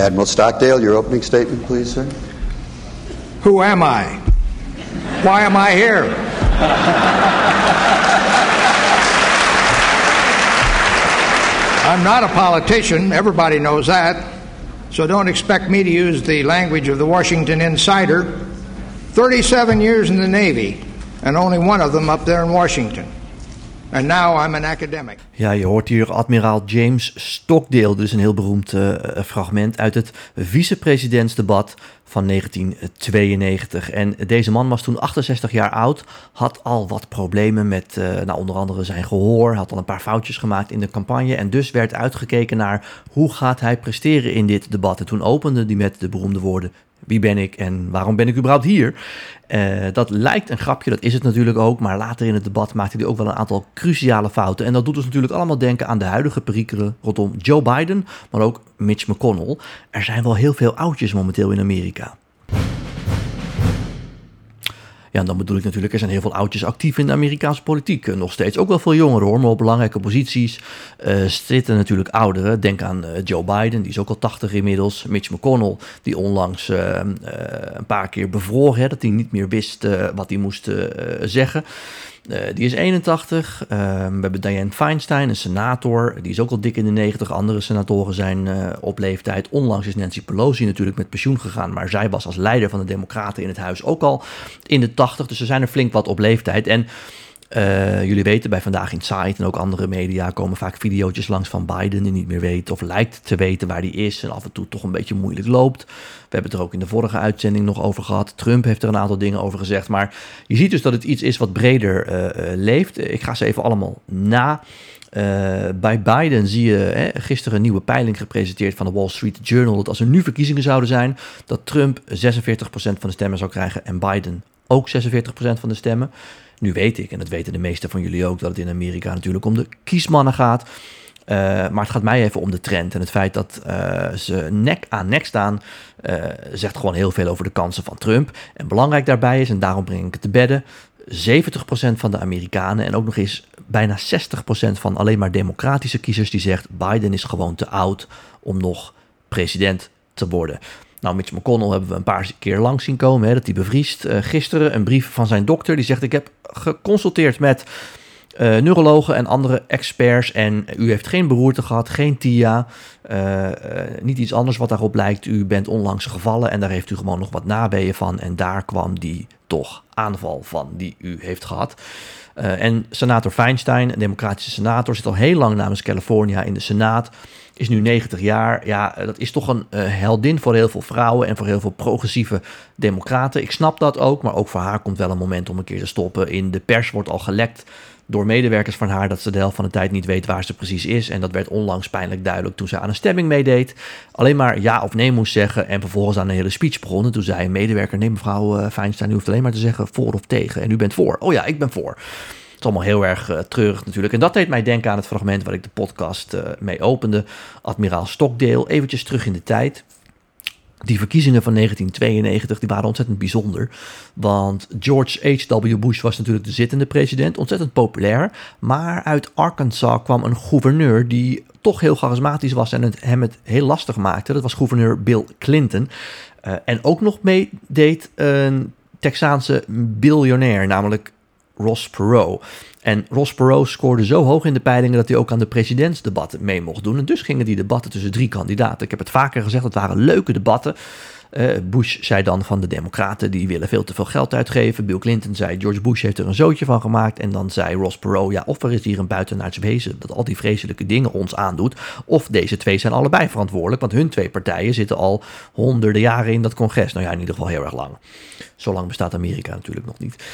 Admiral Stockdale, your opening statement, please, sir. Who am I? Why am I here? I'm not a politician. Everybody knows that. So don't expect me to use the language of the Washington Insider. 37 years in the Navy, and only one of them up there in Washington. And now I'm an academic. Ja, je hoort hier admiraal James Stockdale, dus een heel beroemd fragment uit het vicepresidentsdebat van 1992. En deze man was toen 68 jaar oud, had al wat problemen met onder andere zijn gehoor, had al een paar foutjes gemaakt in de campagne en dus werd uitgekeken naar hoe gaat hij presteren in dit debat. En toen opende hij met de beroemde woorden: wie ben ik en waarom ben ik überhaupt hier? Dat lijkt een grapje, dat is het natuurlijk ook. Maar later in het debat maakte hij ook wel een aantal cruciale fouten. En dat doet ons natuurlijk allemaal denken aan de huidige perikelen rondom Joe Biden, maar ook Mitch McConnell. Er zijn wel heel veel oudjes momenteel in Amerika. Ja, en dan bedoel ik natuurlijk, er zijn heel veel oudjes actief in de Amerikaanse politiek. Nog steeds ook wel veel jongeren hoor, maar op belangrijke posities zitten natuurlijk ouderen. Denk aan Joe Biden, die is ook al 80 inmiddels. Mitch McConnell, die onlangs een paar keer bevroor, dat hij niet meer wist wat hij moest zeggen. Die is 81. We hebben Dianne Feinstein, een senator. Die is ook al dik in de 90. Andere senatoren zijn op leeftijd. Onlangs is Nancy Pelosi natuurlijk met pensioen gegaan. Maar zij was als leider van de Democraten in het huis ook al in de 80. Dus er zijn er flink wat op leeftijd. En jullie weten, bij Vandaag in Sight en ook andere media komen vaak videootjes langs van Biden die niet meer weet of lijkt te weten waar hij is en af en toe toch een beetje moeilijk loopt. We hebben het er ook in de vorige uitzending nog over gehad. Trump heeft er een aantal dingen over gezegd, maar je ziet dus dat het iets is wat breder leeft. Ik ga ze even allemaal na. Bij Biden zie je gisteren een nieuwe peiling gepresenteerd van de Wall Street Journal, dat als er nu verkiezingen zouden zijn, dat Trump 46% van de stemmen zou krijgen en Biden ook 46% van de stemmen. Nu weet ik, en dat weten de meesten van jullie ook, dat het in Amerika natuurlijk om de kiesmannen gaat. Maar het gaat mij even om de trend. En het feit dat ze nek aan nek staan, zegt gewoon heel veel over de kansen van Trump. En belangrijk daarbij is, en daarom breng ik het te bedden, 70% van de Amerikanen en ook nog eens bijna 60% van alleen maar democratische kiezers die zegt Biden is gewoon te oud om nog president te worden. Nou, Mitch McConnell hebben we een paar keer langs zien komen, dat hij bevriest. Gisteren een brief van zijn dokter die zegt: ik heb geconsulteerd met neurologen en andere experts en u heeft geen beroerte gehad, geen TIA, niet iets anders wat daarop lijkt. U bent onlangs gevallen en daar heeft u gewoon nog wat naweeën van en daar kwam die toch aanval van die u heeft gehad. En senator Feinstein, een democratische senator, zit al heel lang namens California in de Senaat. Is nu 90 jaar. Ja, dat is toch een heldin voor heel veel vrouwen en voor heel veel progressieve democraten. Ik snap dat ook, maar ook voor haar komt wel een moment om een keer te stoppen. In de pers wordt al gelekt door medewerkers van haar dat ze de helft van de tijd niet weet waar ze precies is. En dat werd onlangs pijnlijk duidelijk toen ze aan een stemming meedeed. Alleen maar ja of nee moest zeggen en vervolgens aan een hele speech begonnen. Toen zei een medewerker: nee mevrouw Feinstein, u hoeft alleen maar te zeggen voor of tegen. En u bent voor. Oh ja, ik ben voor. Het is allemaal heel erg treurig natuurlijk. En dat deed mij denken aan het fragment waar ik de podcast mee opende. Admiraal Stockdale, eventjes terug in de tijd. Die verkiezingen van 1992 die waren ontzettend bijzonder. Want George H.W. Bush was natuurlijk de zittende president. Ontzettend populair. Maar uit Arkansas kwam een gouverneur die toch heel charismatisch was en hem het heel lastig maakte. Dat was gouverneur Bill Clinton. En ook nog meedeed een Texaanse biljonair, namelijk Ross Perot. En Ross Perot scoorde zo hoog in de peilingen dat hij ook aan de presidentsdebatten mee mocht doen. En dus gingen die debatten tussen 3 kandidaten. Ik heb het vaker gezegd, het waren leuke debatten. Bush zei dan van de democraten, die willen veel te veel geld uitgeven. Bill Clinton zei, George Bush heeft er een zootje van gemaakt. En dan zei Ross Perot, ja, of er is hier een buitenaards wezen dat al die vreselijke dingen ons aandoet. Of deze twee zijn allebei verantwoordelijk, want hun 2 partijen zitten al honderden jaren in dat congres. Nou ja, in ieder geval heel erg lang. Zo lang bestaat Amerika natuurlijk nog niet.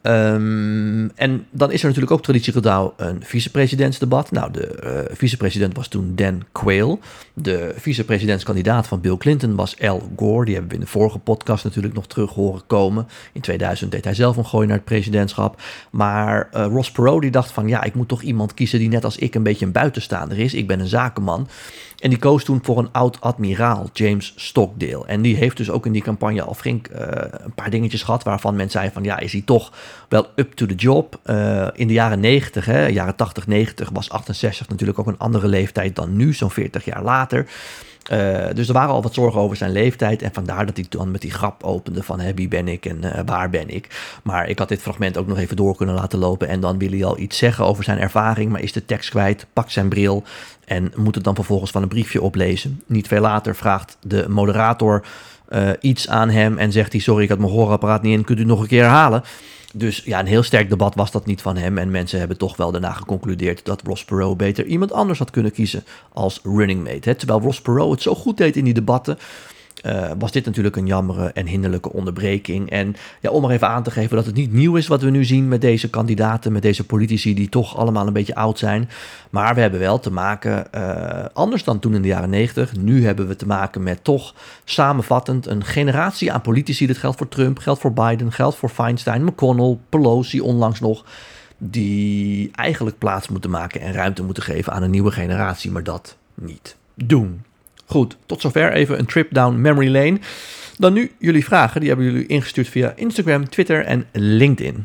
En dan is er natuurlijk ook traditiegetrouw een vicepresidentsdebat. Nou, de vicepresident was toen Dan Quayle. De vicepresidentskandidaat van Bill Clinton was Al Gore. Die hebben we in de vorige podcast natuurlijk nog terug horen komen. In 2000 deed hij zelf een gooi naar het presidentschap. Maar Ross Perot die dacht van, ja, ik moet toch iemand kiezen die net als ik een beetje een buitenstaander is. Ik ben een zakenman. En die koos toen voor een oud-admiraal, James Stockdale. En die heeft dus ook in die campagne al flink een paar dingetjes gehad waarvan men zei van, ja, is hij toch wel up to the job. In de jaren 90, jaren 80, 90 was 68 natuurlijk ook een andere leeftijd dan nu, zo'n 40 jaar later. Dus er waren al wat zorgen over zijn leeftijd. En vandaar dat hij dan met die grap opende van wie ben ik en waar ben ik. Maar ik had dit fragment ook nog even door kunnen laten lopen. En dan wil hij al iets zeggen over zijn ervaring. Maar is de tekst kwijt, pakt zijn bril en moet het dan vervolgens van een briefje oplezen. Niet veel later vraagt de moderator iets aan hem en zegt hij: sorry, ik had mijn hoorapparaat niet in, kunt u nog een keer herhalen? Dus ja, een heel sterk debat was dat niet van hem. En mensen hebben toch wel daarna geconcludeerd dat Ross Perot beter iemand anders had kunnen kiezen als running mate. Terwijl Ross Perot het zo goed deed in die debatten, was dit natuurlijk een jammere en hinderlijke onderbreking. En ja, om maar even aan te geven dat het niet nieuw is wat we nu zien met deze kandidaten, met deze politici die toch allemaal een beetje oud zijn. Maar we hebben wel te maken, anders dan toen in de jaren 90, nu hebben we te maken met toch samenvattend een generatie aan politici. Dat geldt voor Trump, geldt voor Biden, geldt voor Feinstein, McConnell, Pelosi onlangs nog, die eigenlijk plaats moeten maken en ruimte moeten geven aan een nieuwe generatie, maar dat niet doen. Goed, tot zover even een trip down memory lane. Dan nu jullie vragen, die hebben jullie ingestuurd via Instagram, Twitter en LinkedIn.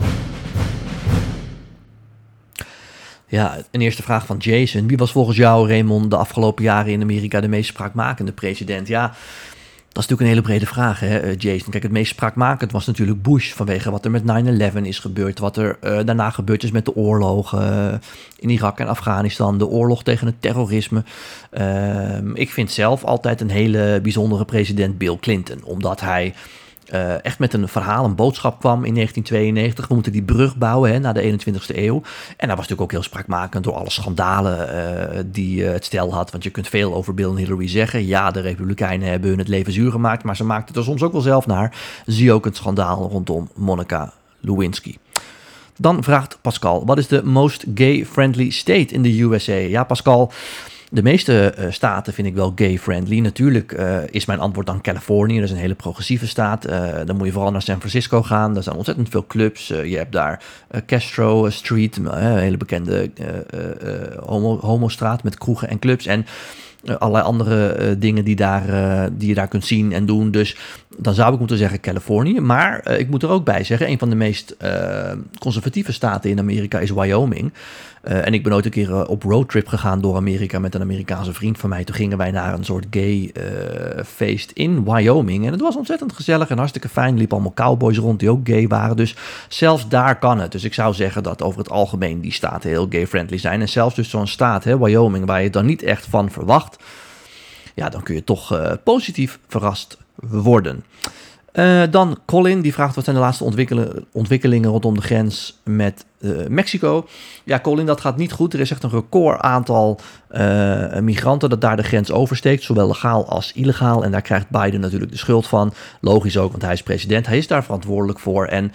Ja, een eerste vraag van Jason. Wie was volgens jou, Raymond, de afgelopen jaren in Amerika de meest spraakmakende president? Ja, dat is natuurlijk een hele brede vraag, hè, Jason. Kijk, het meest spraakmakend was natuurlijk Bush, vanwege wat er met 9/11 is gebeurd, wat er daarna gebeurd is met de oorlogen in Irak en Afghanistan, de oorlog tegen het terrorisme. Ik vind zelf altijd een hele bijzondere president Bill Clinton, omdat hij echt met een verhaal, een boodschap kwam in 1992. We moeten die brug bouwen naar de 21ste eeuw. En dat was natuurlijk ook heel spraakmakend door alle schandalen die het stel had. Want je kunt veel over Bill en Hillary zeggen. Ja, de Republikeinen hebben hun het leven zuur gemaakt, maar ze maakten het er soms ook wel zelf naar. Zie ook het schandaal rondom Monica Lewinsky. Dan vraagt Pascal: wat is de most gay-friendly state in de USA? Ja, Pascal, de meeste staten vind ik wel gay-friendly. Natuurlijk is mijn antwoord dan Californië. Dat is een hele progressieve staat. Dan moet je vooral naar San Francisco gaan. Daar zijn ontzettend veel clubs. Je hebt daar Castro Street, een hele bekende homostraat met kroegen en clubs. En allerlei andere dingen die je daar kunt zien en doen. Dus dan zou ik moeten zeggen Californië. Maar ik moet er ook bij zeggen, een van de meest conservatieve staten in Amerika is Wyoming. En ik ben ooit een keer op roadtrip gegaan door Amerika met een Amerikaanse vriend van mij. Toen gingen wij naar een soort gay feest in Wyoming. En het was ontzettend gezellig en hartstikke fijn. Er liepen allemaal cowboys rond die ook gay waren. Dus zelfs daar kan het. Dus ik zou zeggen dat over het algemeen die staten heel gay-friendly zijn. En zelfs dus zo'n staat, Wyoming, waar je het dan niet echt van verwacht, ja, dan kun je toch positief verrast worden. Dan Colin, die vraagt: wat zijn de laatste ontwikkelingen rondom de grens met Mexico? Ja, Colin, dat gaat niet goed. Er is echt een record aantal migranten dat daar de grens oversteekt, zowel legaal als illegaal. En daar krijgt Biden natuurlijk de schuld van. Logisch ook, want hij is president. Hij is daar verantwoordelijk voor. En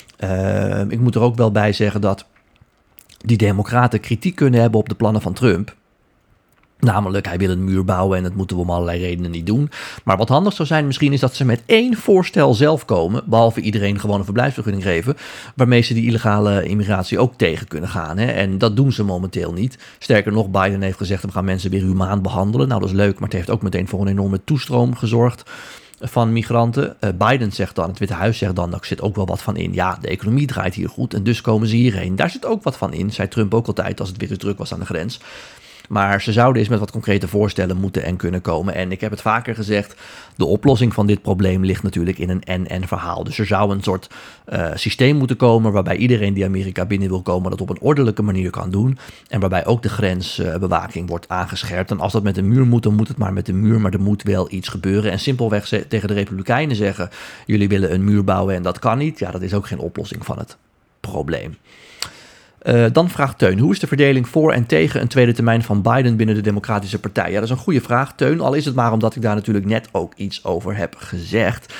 ik moet er ook wel bij zeggen dat die democraten kritiek kunnen hebben op de plannen van Trump. Namelijk, hij wil een muur bouwen en dat moeten we om allerlei redenen niet doen. Maar wat handig zou zijn misschien is dat ze met één voorstel zelf komen, behalve iedereen gewoon een verblijfsvergunning geven, waarmee ze die illegale immigratie ook tegen kunnen gaan. En dat doen ze momenteel niet. Sterker nog, Biden heeft gezegd: we gaan mensen weer humaan behandelen. Nou, dat is leuk, maar het heeft ook meteen voor een enorme toestroom gezorgd van migranten. Biden zegt dan, het Witte Huis zegt dan, daar zit ook wel wat van in. Ja, de economie draait hier goed en dus komen ze hierheen. Daar zit ook wat van in, zei Trump ook altijd als het weer eens druk was aan de grens. Maar ze zouden eens met wat concrete voorstellen moeten en kunnen komen. En ik heb het vaker gezegd, de oplossing van dit probleem ligt natuurlijk in een en-en verhaal. Dus er zou een soort systeem moeten komen waarbij iedereen die Amerika binnen wil komen dat op een ordelijke manier kan doen. En waarbij ook de grensbewaking wordt aangescherpt. En als dat met een muur moet, dan moet het maar met een muur. Maar er moet wel iets gebeuren. En simpelweg tegen de Republikeinen zeggen: jullie willen een muur bouwen en dat kan niet. Ja, dat is ook geen oplossing van het probleem. Dan vraagt Teun: hoe is de verdeling voor en tegen een tweede termijn van Biden binnen de Democratische Partij? Ja, dat is een goede vraag, Teun. Al is het maar omdat ik daar natuurlijk net ook iets over heb gezegd.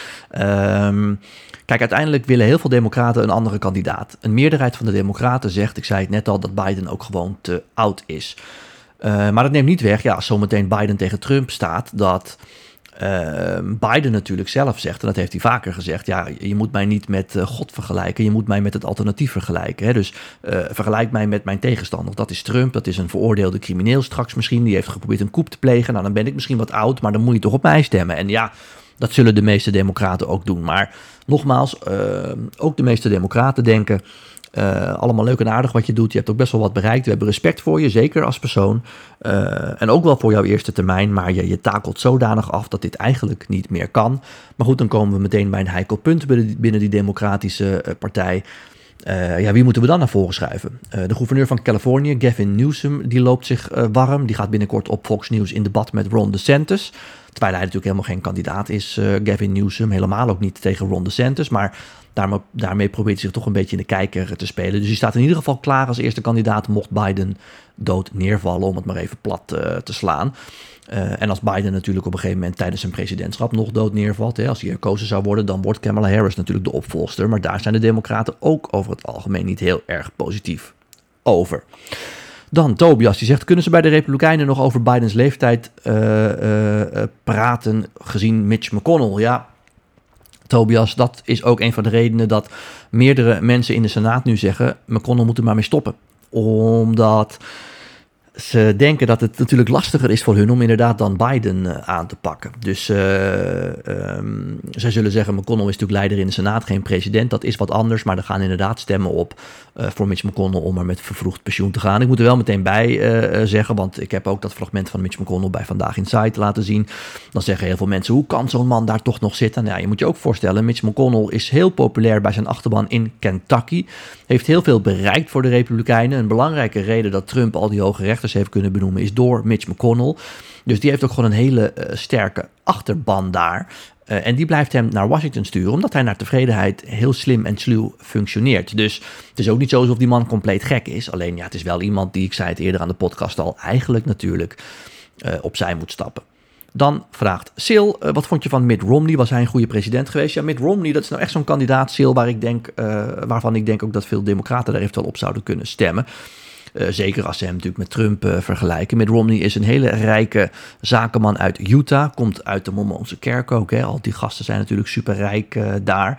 Kijk, uiteindelijk willen heel veel democraten een andere kandidaat. Een meerderheid van de democraten zegt, ik zei het net al, dat Biden ook gewoon te oud is. Maar dat neemt niet weg, ja, als zometeen Biden tegen Trump staat, dat Biden natuurlijk zelf zegt, en dat heeft hij vaker gezegd: ja, je moet mij niet met God vergelijken, je moet mij met het alternatief vergelijken. Hè? Dus vergelijk mij met mijn tegenstander. Dat is Trump, dat is een veroordeelde crimineel straks misschien, die heeft geprobeerd een coup te plegen. Nou, dan ben ik misschien wat oud, maar dan moet je toch op mij stemmen. En ja, Dat zullen de meeste democraten ook doen. Maar nogmaals, ook de meeste democraten denken... allemaal leuk en aardig wat je doet. Je hebt ook best wel wat bereikt. We hebben respect voor je, zeker als persoon. En ook wel voor jouw eerste termijn. Maar je takelt zodanig af dat dit eigenlijk niet meer kan. Maar goed, dan komen we meteen bij een heikel punt binnen die democratische partij. Wie moeten we dan naar voren schuiven? De gouverneur van Californië, Gavin Newsom, die loopt zich warm. Die gaat binnenkort op Fox News in debat met Ron DeSantis. Terwijl hij natuurlijk helemaal geen kandidaat is, Gavin Newsom. Helemaal ook niet tegen Ron DeSantis. Maar daarmee probeert hij zich toch een beetje in de kijker te spelen. Dus hij staat in ieder geval klaar als eerste kandidaat mocht Biden dood neervallen, om het maar even plat te slaan. En als Biden natuurlijk op een gegeven moment tijdens zijn presidentschap nog dood neervalt, als hij herkozen zou worden, dan wordt Kamala Harris natuurlijk de opvolgster. Maar daar zijn de democraten ook over het algemeen niet heel erg positief over. Dan Tobias, die zegt, kunnen ze bij de Republikeinen nog over Bidens leeftijd praten gezien Mitch McConnell? Ja, Tobias, dat is ook een van de redenen dat meerdere mensen in de Senaat nu zeggen, McConnell moet er maar mee stoppen. Omdat ze denken dat het natuurlijk lastiger is voor hun om inderdaad dan Biden aan te pakken. Dus zij zullen zeggen, McConnell is natuurlijk leider in de Senaat, geen president. Dat is wat anders, maar er gaan inderdaad stemmen op voor Mitch McConnell om er met vervroegd pensioen te gaan. Ik moet er wel meteen bij zeggen, want ik heb ook dat fragment van Mitch McConnell bij Vandaag Inside laten zien. Dan zeggen heel veel mensen, hoe kan zo'n man daar toch nog zitten? Nou, je moet je ook voorstellen, Mitch McConnell is heel populair bij zijn achterban in Kentucky. Heeft heel veel bereikt voor de Republikeinen. Een belangrijke reden dat Trump al die hoge rechters heeft kunnen benoemen is door Mitch McConnell. Dus die heeft ook gewoon een hele sterke achterban daar. En die blijft hem naar Washington sturen, omdat hij naar tevredenheid heel slim en sluw functioneert. Dus het is ook niet zo alsof die man compleet gek is. Alleen ja, het is wel iemand die, ik zei het eerder aan de podcast al, eigenlijk natuurlijk opzij moet stappen. Dan vraagt Sil, wat vond je van Mitt Romney? Was hij een goede president geweest? Ja, Mitt Romney, dat is nou echt zo'n kandidaat, Sil, waarvan ik denk ook dat veel democraten daar eventueel op zouden kunnen stemmen. Zeker als ze hem natuurlijk met Trump vergelijken. Mitt Romney is een hele rijke zakenman uit Utah. Komt uit de Mormoonse kerk ook. Hè. Al die gasten zijn natuurlijk superrijk daar.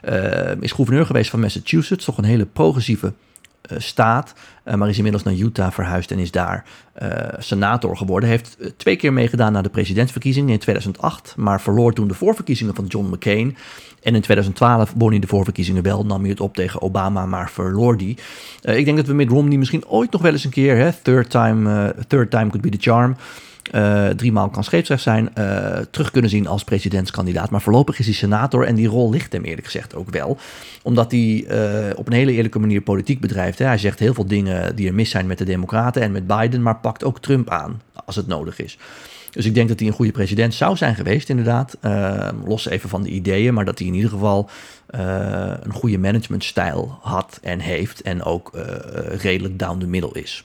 Is gouverneur geweest van Massachusetts. Toch een hele progressieve staat. Maar is inmiddels naar Utah verhuisd en is daar senator geworden. Heeft 2 keer meegedaan naar de presidentsverkiezingen in 2008. Maar verloor toen de voorverkiezingen van John McCain. En in 2012 won hij de voorverkiezingen wel. Nam hij het op tegen Obama, maar verloor die. Ik denk dat we met Romney misschien ooit nog wel eens een keer, hè, third time could be the charm, 3 maal kan scheepsrecht zijn, terug kunnen zien als presidentskandidaat. Maar voorlopig is hij senator en die rol ligt hem eerlijk gezegd ook wel. Omdat hij op een hele eerlijke manier politiek bedrijft. Hè. Hij zegt heel veel dingen die er mis zijn met de Democraten en met Biden, maar pakt ook Trump aan als het nodig is. Dus ik denk dat hij een goede president zou zijn geweest, inderdaad. Los even van de ideeën, maar dat hij in ieder geval een goede managementstijl had en heeft en ook redelijk down the middle is.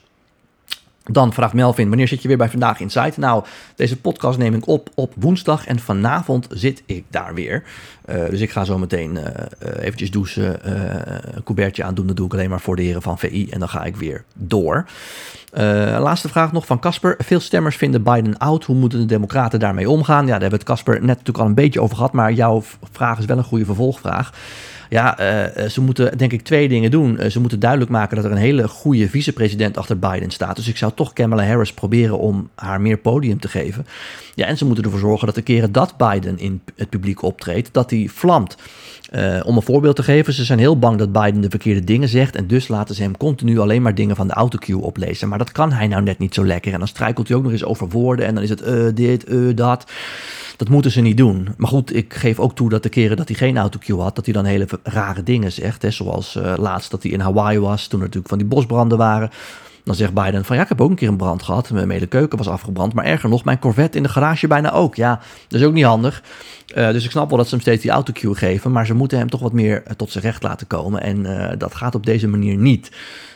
Dan vraagt Melvin, wanneer zit je weer bij Vandaag Inside? Nou, deze podcast neem ik op woensdag en vanavond zit ik daar weer. Dus ik ga zo meteen eventjes douchen, een couvertje aandoen. Dat doe ik alleen maar voor de heren van VI en dan ga ik weer door. Laatste vraag nog van Casper. Veel stemmers vinden Biden oud. Hoe moeten de democraten daarmee omgaan? Ja, daar hebben we het Casper net natuurlijk al een beetje over gehad, maar jouw vraag is wel een goede vervolgvraag. Ja, ze moeten denk ik 2 dingen doen. Ze moeten duidelijk maken dat er een hele goede vicepresident achter Biden staat. Dus ik zou toch Kamala Harris proberen om haar meer podium te geven. Ja, en ze moeten ervoor zorgen dat de keren dat Biden in het publiek optreedt, dat hij vlamt. Om een voorbeeld te geven, ze zijn heel bang dat Biden de verkeerde dingen zegt en dus laten ze hem continu alleen maar dingen van de autocue oplezen. Maar dat kan hij nou net niet zo lekker. En dan struikelt hij ook nog eens over woorden en dan is het dit, dat. Dat moeten ze niet doen. Maar goed, ik geef ook toe dat de keren dat hij geen autocue had, dat hij dan hele rare dingen zegt. Hè? Zoals laatst dat hij in Hawaii was, toen er natuurlijk van die bosbranden waren. Dan zegt Biden van ja, ik heb ook een keer een brand gehad. Mijn hele keuken was afgebrand. Maar erger nog, mijn Corvette in de garage bijna ook. Ja, dat is ook niet handig. Dus ik snap wel dat ze hem steeds die autocue geven. Maar ze moeten hem toch wat meer tot zijn recht laten komen. En dat gaat op deze manier niet.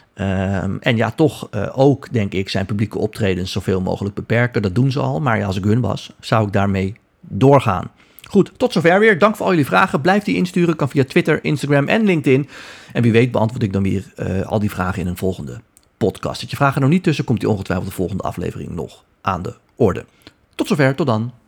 En ja, toch ook, denk ik, zijn publieke optredens zoveel mogelijk beperken. Dat doen ze al. Maar ja, als ik hun was, zou ik daarmee doorgaan. Goed, tot zover weer. Dank voor al jullie vragen. Blijf die insturen. Kan via Twitter, Instagram en LinkedIn. En wie weet beantwoord ik dan weer al die vragen in een volgende podcast. Zet je vragen er nog niet tussen, komt die ongetwijfeld de volgende aflevering nog aan de orde. Tot zover, tot dan.